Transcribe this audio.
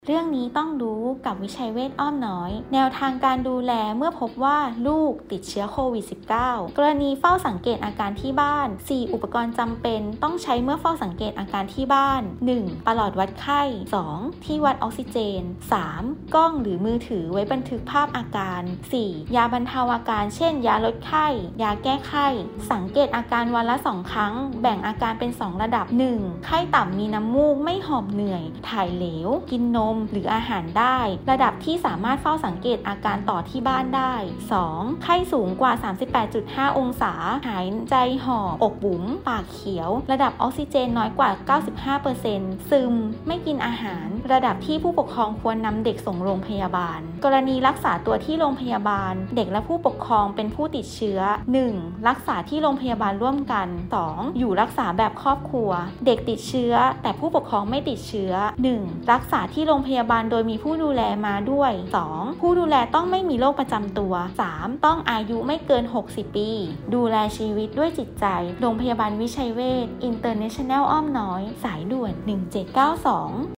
เรื่องนี้ต้องรู้กับวิชัยเวชอ้อมน้อยแนวทางการดูแลเมื่อพบว่าลูกติดเชื้อโควิด -19 กรณีเฝ้าสังเกตอาการที่บ้าน4อุปกรณ์จำเป็นต้องใช้เมื่อเฝ้าสังเกตอาการที่บ้าน 1. ประหลอดวัดไข้ 2. ที่วัดออกซิเจน 3. กล้องหรือมือถือไว้บันทึกภาพอาการ 4. ยาบรรเทาอาการเช่นยาลดไข้ยาแก้ไข้สังเกตอาการวันละ2 ครั้งแบ่งอาการเป็น2ระดับ 1. ไข้ต่ำมีน้ำมูกไม่หอบเหนื่อยถ่ายเหลวกินนมหรืออาหารได้ระดับที่สามารถเฝ้าสังเกตอาการต่อที่บ้านได้ 2. ไข้สูงกว่า 38.5 องศาหายใจหอบอกบุ๋มปากเขียวระดับออกซิเจนน้อยกว่า 95% ซึมไม่กินอาหารระดับที่ผู้ปกครองควรนำเด็กส่งโรงพยาบาลกรณีรักษาตัวที่โรงพยาบาลเด็กและผู้ปกครองเป็นผู้ติดเชื้อ 1. รักษาที่โรงพยาบาลร่วมกัน 2. อยู่รักษาแบบครอบครัวเด็กติดเชื้อแต่ผู้ปกครองไม่ติดเชื้อ 1. รักษาที่โรงพยาบาลโดยมีผู้ดูแลมาด้วย 2. ผู้ดูแลต้องไม่มีโรคประจำตัว 3. ต้องอายุไม่เกิน60 ปีดูแลชีวิตด้วยจิตใจโรงพยาบาลวิชัยเวช International อ้อมน้อยสายด่วน1792